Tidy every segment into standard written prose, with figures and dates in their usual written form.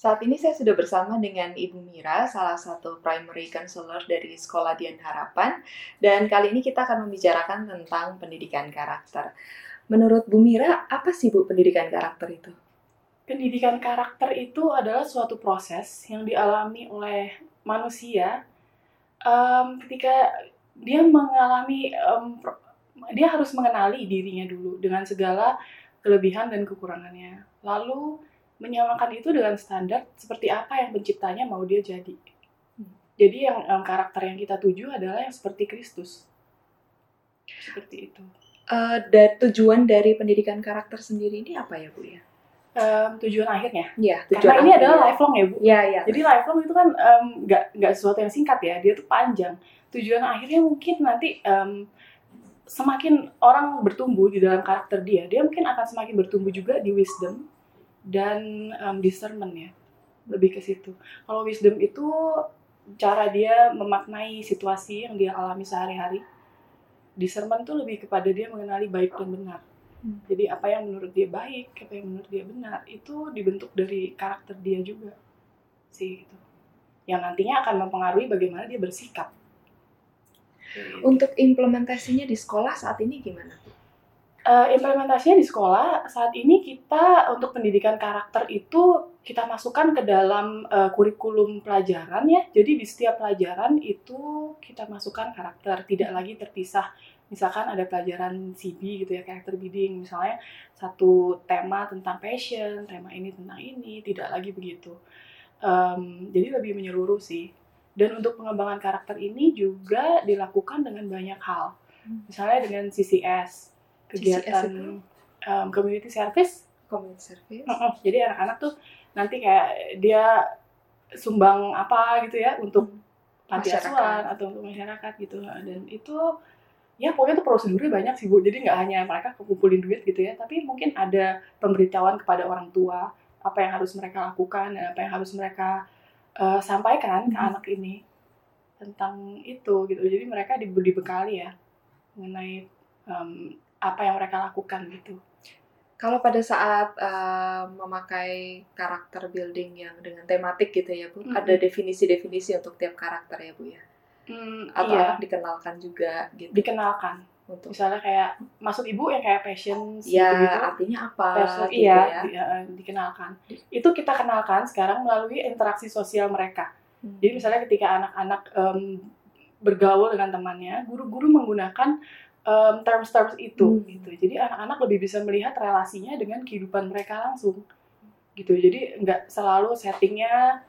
Saat ini saya sudah bersama dengan Ibu Mira, salah satu primary counselor dari Sekolah Dian Harapan. Dan kali ini kita akan membicarakan tentang pendidikan karakter. Menurut Bu Mira, apa sih Bu pendidikan karakter itu? Pendidikan karakter itu adalah suatu proses yang dialami oleh manusia ketika dia dia harus mengenali dirinya dulu dengan segala kelebihan dan kekurangannya. Lalu menyamakan itu dengan standar seperti apa yang penciptanya mau dia jadi. Jadi yang karakter yang kita tuju adalah yang seperti Kristus. Seperti itu. Dan tujuan dari pendidikan karakter sendiri ini apa ya Bu ya? Tujuan akhirnya. Ya, Karena ini adalah lifelong ya Bu. Ya. Jadi lifelong itu kan nggak sesuatu yang singkat ya, dia tuh panjang. Tujuan akhirnya mungkin nanti semakin orang bertumbuh di dalam karakter dia mungkin akan semakin bertumbuh juga di wisdom dan discernment ya. Lebih ke situ. Kalau wisdom itu cara dia memaknai situasi yang dia alami sehari-hari. Discernment tuh lebih kepada dia mengenali baik dan benar. Jadi apa yang menurut dia baik, apa yang menurut dia benar, itu dibentuk dari karakter dia juga sih gitu. Yang nantinya akan mempengaruhi bagaimana dia bersikap. Untuk implementasinya di sekolah saat ini gimana? Implementasinya di sekolah saat ini kita untuk pendidikan karakter itu kita masukkan ke dalam kurikulum pelajaran ya. Jadi di setiap pelajaran itu kita masukkan karakter, tidak lagi terpisah. Misalkan ada pelajaran CB gitu ya, character building, misalnya satu tema tentang passion, tema ini tentang ini, tidak lagi begitu. Jadi lebih menyeluruh sih. Dan untuk pengembangan karakter ini juga dilakukan dengan banyak hal. Misalnya dengan CCS, kegiatan community service. Jadi anak-anak tuh nanti kayak dia sumbang apa gitu ya untuk panti asuhan atau untuk masyarakat gitu. Dan itu ya pokoknya tuh prosedurnya banyak sih Bu. Jadi nggak hanya mereka kumpulin duit gitu ya, tapi mungkin ada pemberitahuan kepada orang tua apa yang harus mereka lakukan dan apa yang harus mereka sampaikan ke anak ini tentang itu gitu. Jadi mereka dibekali ya mengenai apa yang mereka lakukan gitu. Kalau pada saat memakai karakter building yang dengan tematik gitu ya Bu, ada definisi-definisi untuk tiap karakter ya Bu ya? Atau iya. anak dikenalkan juga gitu? Dikenalkan. Untuk misalnya kayak masuk ibu yang kayak passion ya, gitu. Artinya apa? Gitu iya, dikenalkan. Itu kita kenalkan sekarang melalui interaksi sosial mereka. Jadi misalnya ketika anak-anak bergaul dengan temannya, guru-guru menggunakan terms-terms itu gitu. Jadi anak-anak lebih bisa melihat relasinya dengan kehidupan mereka langsung gitu. Jadi nggak selalu settingnya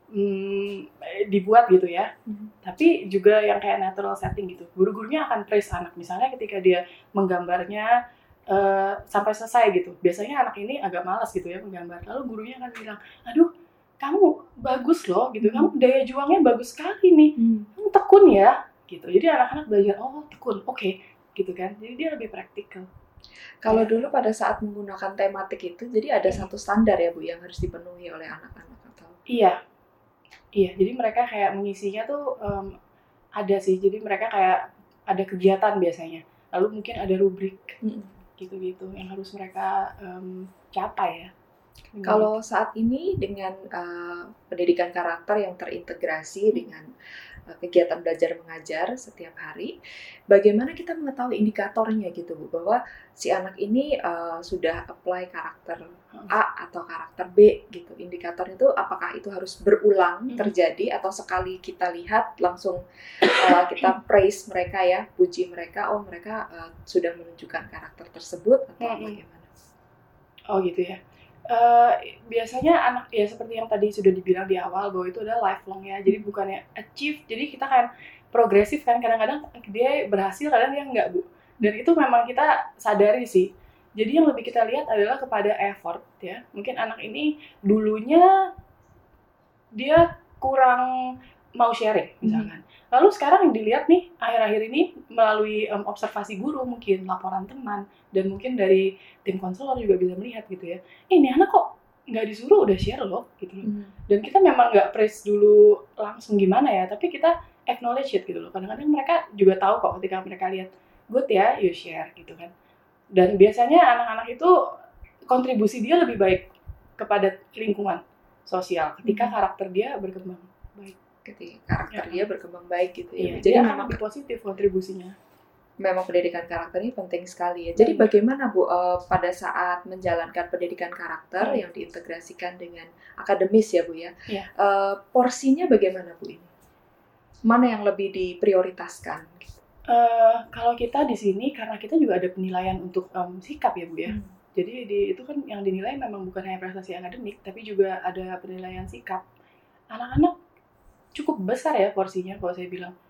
dibuat gitu ya, tapi juga yang kayak natural setting gitu. Guru-gurunya akan praise anak, misalnya ketika dia menggambarnya sampai selesai gitu. Biasanya anak ini agak malas gitu ya menggambar, lalu gurunya akan bilang, aduh kamu bagus loh gitu, kamu daya juangnya bagus sekali nih, kamu tekun ya gitu. Jadi anak-anak belajar, oh tekun, oke, gitu kan. Jadi dia lebih praktikal. Kalau dulu pada saat menggunakan tematik itu, jadi ada satu standar ya Bu yang harus dipenuhi oleh anak-anak atau? Iya, jadi mereka kayak mengisinya tuh ada sih. Jadi mereka kayak ada kegiatan biasanya. Lalu mungkin ada rubrik gitu-gitu yang harus mereka capai ya. Kalau saat ini dengan pendidikan karakter yang terintegrasi dengan kegiatan belajar mengajar setiap hari, bagaimana kita mengetahui indikatornya gitu Bu, bahwa si anak ini sudah apply karakter A atau karakter B gitu. Indikatornya itu apakah itu harus berulang terjadi atau sekali kita lihat langsung kita praise mereka ya, puji mereka, oh mereka sudah menunjukkan karakter tersebut atau bagaimana? Oh gitu ya. Biasanya anak ya seperti yang tadi sudah dibilang di awal bahwa itu adalah lifelong ya, jadi bukannya achieve, jadi kita kan progresif kan, kadang-kadang dia berhasil, kadang dia enggak Bu, dan itu memang kita sadari sih. Jadi yang lebih kita lihat adalah kepada effort ya. Mungkin anak ini dulunya dia kurang mau sharing misalkan, lalu sekarang yang dilihat nih akhir-akhir ini melalui observasi guru, mungkin laporan teman, dan mungkin dari tim konselor juga bisa melihat gitu ya, ini anak kok nggak disuruh udah share loh gitu loh. Dan kita memang nggak praise dulu langsung gimana ya, tapi kita acknowledge it gitu loh. Kadang-kadang mereka juga tahu kok ketika mereka lihat good ya, you share gitu kan. Dan biasanya anak-anak itu kontribusi dia lebih baik kepada lingkungan. sosial ketika karakter dia berkembang baik. Ketika karakter dia berkembang baik gitu ya. Iya, Jadi dia memang akan lebih positif kontribusinya. memang pendidikan karakter ini penting sekali ya. Jadi bagaimana Bu pada saat menjalankan pendidikan karakter yang diintegrasikan dengan akademis ya Bu ya? Iya. Porsinya bagaimana Bu ini? Mana yang lebih diprioritaskan? Kalau kita di sini karena kita juga ada penilaian untuk sikap ya Bu ya. Jadi itu kan yang dinilai memang bukan hanya prestasi akademik, tapi juga ada penilaian sikap. Anak-anak cukup besar ya porsinya kalau saya bilang.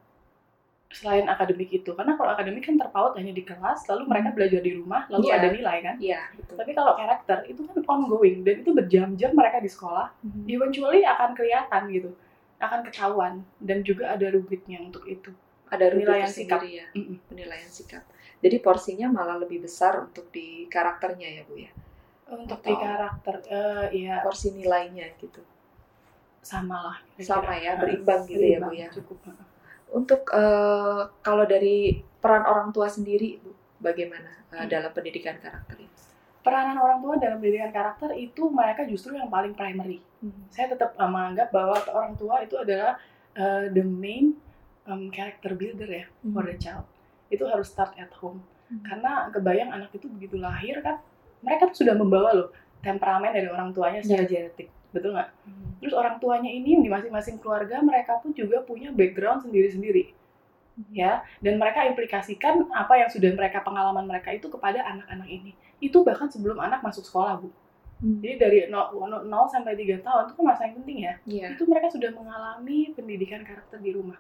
Selain akademik itu, karena kalau akademik kan terpaut hanya di kelas, lalu mereka belajar di rumah, lalu ada nilai kan. Betul. Tapi kalau karakter itu kan ongoing dan itu berjam-jam mereka di sekolah, eventually akan kelihatan gitu, akan ketahuan dan juga ada rubriknya untuk itu. Ada penilaian sikap ya, penilaian sikap. Jadi porsinya malah lebih besar untuk di karakternya ya Bu ya. Untuk di karakter, ya. Porsi nilainya gitu. Sama lah. Sama ya, berimbang gitu ya Bu ya. Cukup. Untuk kalau dari peran orang tua sendiri, Bu, bagaimana dalam pendidikan karakter ini? Peranan orang tua dalam pendidikan karakter itu mereka justru yang paling primary. Saya tetap menganggap bahwa orang tua itu adalah the main character builder ya for the child. Itu harus start at home. Karena kebayang anak itu begitu lahir kan, mereka tuh sudah membawa loh temperamen dari orang tuanya secara genetik. Betul nggak? Terus orang tuanya ini di masing-masing keluarga mereka pun juga punya background sendiri-sendiri, ya. Dan mereka implikasikan apa yang sudah pengalaman mereka itu kepada anak-anak ini. Itu bahkan sebelum anak masuk sekolah, Bu. Jadi dari 0 sampai 3 tahun itu kan masa yang penting ya. Itu mereka sudah mengalami pendidikan karakter di rumah.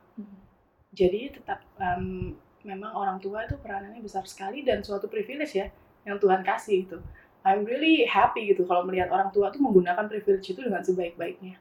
Jadi tetap memang orang tua itu peranannya besar sekali dan suatu privilege ya yang Tuhan kasih itu. I'm really happy gitu kalau melihat orang tua tuh menggunakan privilege itu dengan sebaik-baiknya.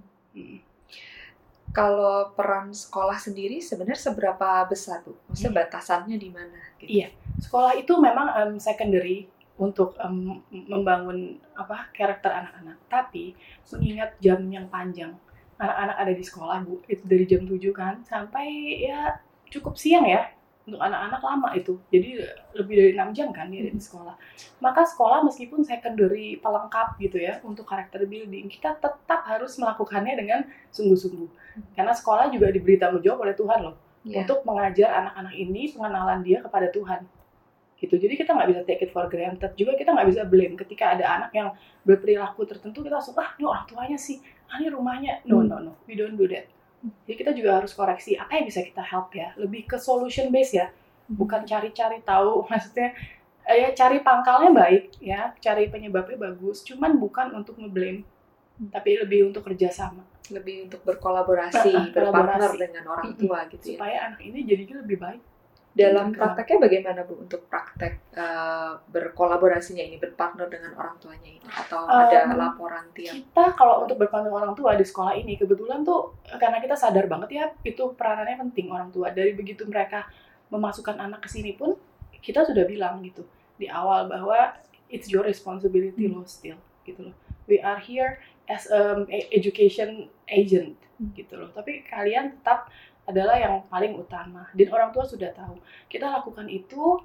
Kalau peran sekolah sendiri sebenarnya seberapa besar Bu? Maksudnya batasannya di mana? Gitu? Iya, sekolah itu memang secondary untuk membangun karakter anak-anak. Tapi mengingat jam yang panjang, anak-anak ada di sekolah Bu, itu dari jam 7 kan sampai ya cukup siang ya. Untuk anak-anak lama itu, jadi lebih dari 6 jam kan dia di sekolah. Maka sekolah meskipun secondary pelengkap gitu ya untuk karakter building, kita tetap harus melakukannya dengan sungguh-sungguh. Karena sekolah juga diberi tanggung jawab oleh Tuhan loh, untuk mengajar anak-anak ini pengenalan dia kepada Tuhan. Gitu. Jadi kita nggak bisa take it for granted, juga kita nggak bisa blame ketika ada anak yang berperilaku tertentu, kita langsung, ini orang tuanya sih, ini rumahnya. No, we don't do that. Jadi kita juga harus koreksi apa yang bisa kita help ya, lebih ke solution base ya, bukan cari-cari tahu, maksudnya ya cari pangkalnya baik ya, cari penyebabnya bagus, cuman bukan untuk ngeblame, tapi lebih untuk kerjasama, lebih untuk berkolaborasi, berpartner dengan orang tua gitu ya, supaya anak ini jadinya lebih baik. Dalam prakteknya bagaimana Bu untuk praktek berkolaborasinya ini, berpartner dengan orang tuanya ini, atau ada laporan tiap? Kita kalau untuk berpartner dengan orang tua di sekolah ini kebetulan tuh karena kita sadar banget ya itu peranannya penting orang tua. Dari begitu mereka memasukkan anak ke sini pun kita sudah bilang gitu di awal bahwa it's your responsibility loh still gitu loh. We are here as education agent gitu loh. Tapi kalian tetap adalah yang paling utama dan orang tua sudah tahu. Kita lakukan itu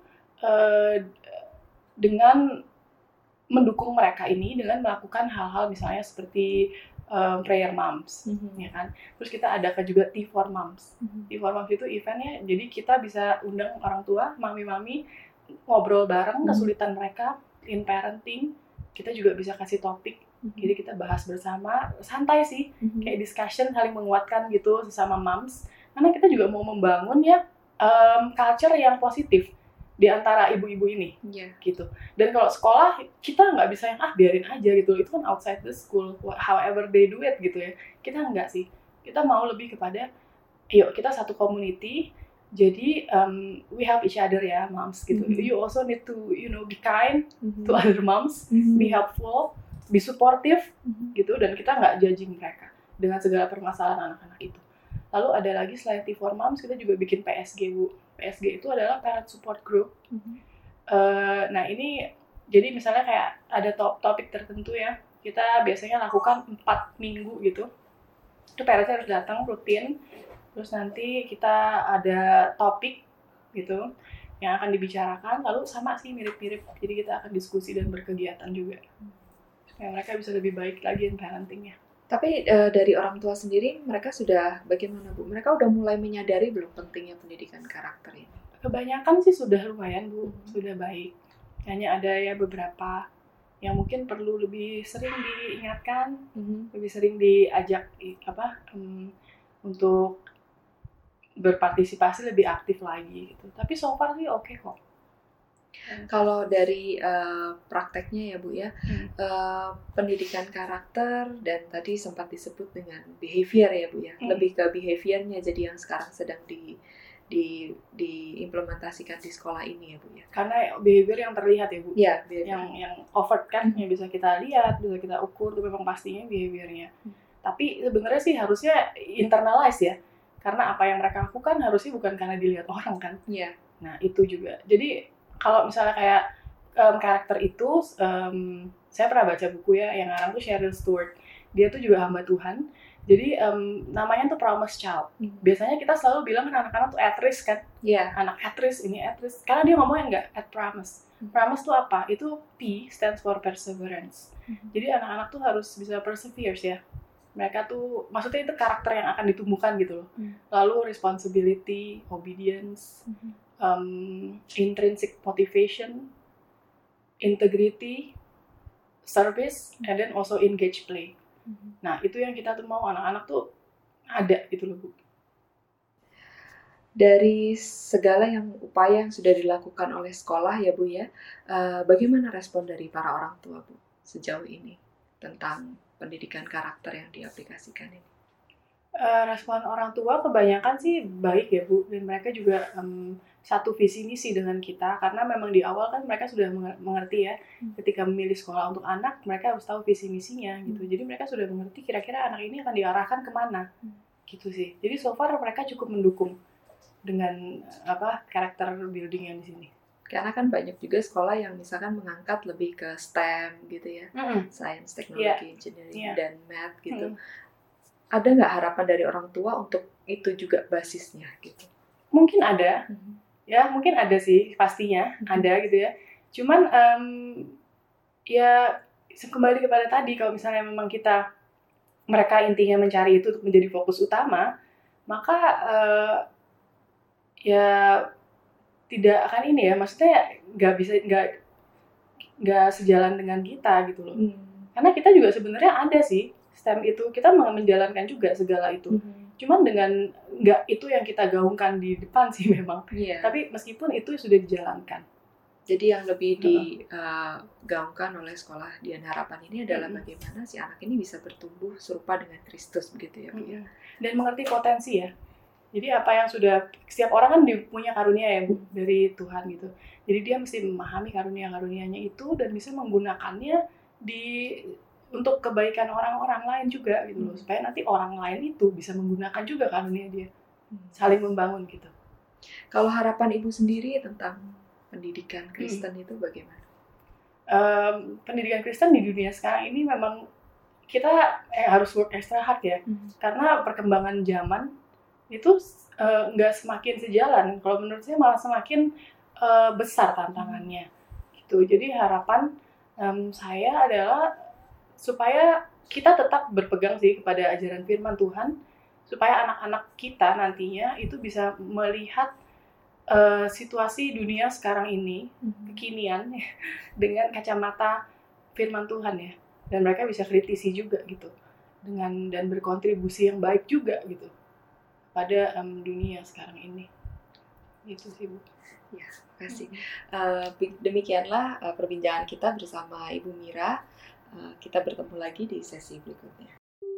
dengan mendukung mereka ini dengan melakukan hal-hal misalnya seperti prayer moms, ya kan. Terus kita adakan juga Tea for Moms. Tea for Moms itu eventnya, jadi kita bisa undang orang tua, mami-mami ngobrol bareng kesulitan mereka in parenting. Kita juga bisa kasih topik. Jadi kita bahas bersama, santai sih, kayak discussion saling menguatkan gitu sesama moms. Karena kita juga mau membangun ya culture yang positif di antara ibu-ibu ini, gitu. Dan kalau sekolah kita nggak bisa yang biarin aja gitu, itu kan outside the school, however they do it gitu ya. Kita nggak sih, kita mau lebih kepada, yuk kita satu community, jadi we help each other ya moms gitu. You also need to be kind to other moms, be helpful, be supportive gitu, dan kita nggak judging mereka dengan segala permasalahan anak-anak itu. Lalu ada lagi selain Tea for Moms, kita juga bikin PSG, Bu. PSG itu adalah Parent Support Group. Nah ini, jadi misalnya kayak ada topik tertentu ya, kita biasanya lakukan 4 minggu gitu. Itu parentnya harus datang rutin, terus nanti kita ada topik gitu, yang akan dibicarakan, lalu sama sih mirip-mirip, jadi kita akan diskusi dan berkegiatan juga. mereka bisa lebih baik lagi in parentingnya. Tapi dari orang tua sendiri, mereka sudah bagaimana Bu? Mereka udah mulai menyadari belum pentingnya pendidikan karakter ini? Kebanyakan sih sudah lumayan Bu, sudah baik. Hanya ada ya beberapa yang mungkin perlu lebih sering diingatkan, lebih sering diajak untuk berpartisipasi lebih aktif lagi gitu. Tapi so far sih oke kok. Kalau dari prakteknya ya Bu ya, pendidikan karakter dan tadi sempat disebut dengan behavior ya Bu ya, lebih ke behaviornya jadi yang sekarang sedang diimplementasikan di sekolah ini ya Bu ya. Karena behavior yang terlihat ya Bu, ya, yang overt kan, yang bisa kita lihat, bisa kita ukur, itu memang pastinya behaviornya. Tapi sebenarnya sih harusnya internalize ya, karena apa yang mereka lakukan harusnya bukan karena dilihat orang kan. Iya. Nah itu juga. Jadi kalau misalnya kayak karakter itu, saya pernah baca buku ya, yang ngarang tuh Cheryl Stewart. Dia tuh juga hamba Tuhan. Jadi namanya tuh Promise Child. Biasanya kita selalu bilang kan anak-anak tuh at risk kan. Iya. Anak at risk, ini at risk. Karena dia ngomongnya nggak at promise. Promise tuh apa? Itu P stands for perseverance. Jadi anak-anak tuh harus bisa persevere ya. Mereka tuh, maksudnya itu karakter yang akan ditumbuhkan gitu loh. Lalu responsibility, obedience, intrinsic motivation, integrity, service, and then also engage play. Nah, itu yang kita tuh mau anak-anak tuh ada gitu loh Bu. Dari segala upaya yang sudah dilakukan oleh sekolah ya Bu ya, bagaimana respon dari para orang tua Bu sejauh ini tentang pendidikan karakter yang diaplikasikan ini? Respon orang tua kebanyakan sih baik ya Bu, dan mereka juga satu visi misi dengan kita, karena memang di awal kan mereka sudah mengerti ya, ketika memilih sekolah untuk anak mereka harus tahu visi misinya gitu. Jadi mereka sudah mengerti kira-kira anak ini akan diarahkan kemana gitu sih. Jadi so far mereka cukup mendukung dengan karakter building yang di sini. Karena kan banyak juga sekolah yang misalkan mengangkat lebih ke STEM gitu ya, Science, Technology, Engineering, dan Math gitu. Ada nggak harapan dari orang tua untuk itu juga basisnya gitu? Mungkin ada, ya mungkin ada sih, pastinya ada gitu ya. Cuman ya kembali kepada tadi, kalau misalnya memang mereka intinya mencari itu untuk menjadi fokus utama, maka ya tidak akan ini ya, maksudnya nggak sejalan dengan kita gitu loh. Karena kita juga sebenarnya ada sih STEM itu, kita menjalankan juga segala itu. Cuman dengan nggak itu yang kita gaungkan di depan sih memang. Tapi meskipun itu sudah dijalankan. Jadi yang lebih digaungkan oleh sekolah Dian Harapan ini adalah bagaimana si anak ini bisa bertumbuh serupa dengan Kristus begitu ya Bu ya. Dan mengerti potensi ya. Jadi apa yang sudah, setiap orang kan punya karunia ya Bu dari Tuhan gitu. Jadi dia mesti memahami karunia-karunianya itu dan bisa menggunakannya untuk kebaikan orang-orang lain juga gitu loh, supaya nanti orang lain itu bisa menggunakan juga karunia dia, saling membangun gitu. Kalau harapan Ibu sendiri tentang pendidikan Kristen itu bagaimana? Pendidikan Kristen di dunia sekarang ini memang kita harus work extra hard ya, karena perkembangan zaman itu nggak semakin sejalan. Kalau menurut saya malah semakin besar tantangannya gitu. Jadi harapan saya adalah supaya kita tetap berpegang sih kepada ajaran firman Tuhan, supaya anak-anak kita nantinya itu bisa melihat situasi dunia sekarang ini, kekinian, dengan kacamata firman Tuhan ya, dan mereka bisa kritisi juga gitu, dan berkontribusi yang baik juga gitu pada dunia sekarang ini. Itu sih Bu. Ya, terima kasih. Demikianlah perbincangan kita bersama Ibu Mira. Kita bertemu lagi di sesi berikutnya.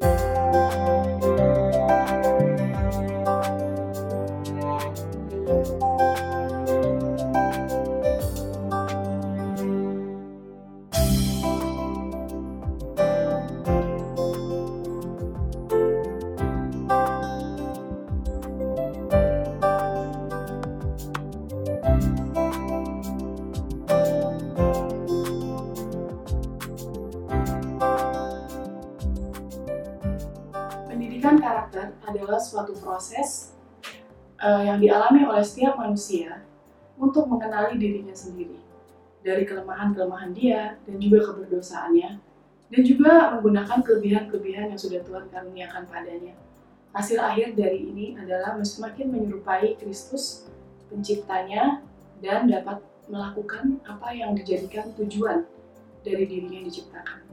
Pendidikan karakter adalah suatu proses yang dialami oleh setiap manusia untuk mengenali dirinya sendiri, dari kelemahan-kelemahan dia dan juga keberdosaannya, dan juga menggunakan kelebihan-kelebihan yang sudah Tuhan karuniakan padanya. Hasil akhir dari ini adalah semakin menyerupai Kristus penciptanya dan dapat melakukan apa yang dijadikan tujuan dari dirinya yang diciptakan.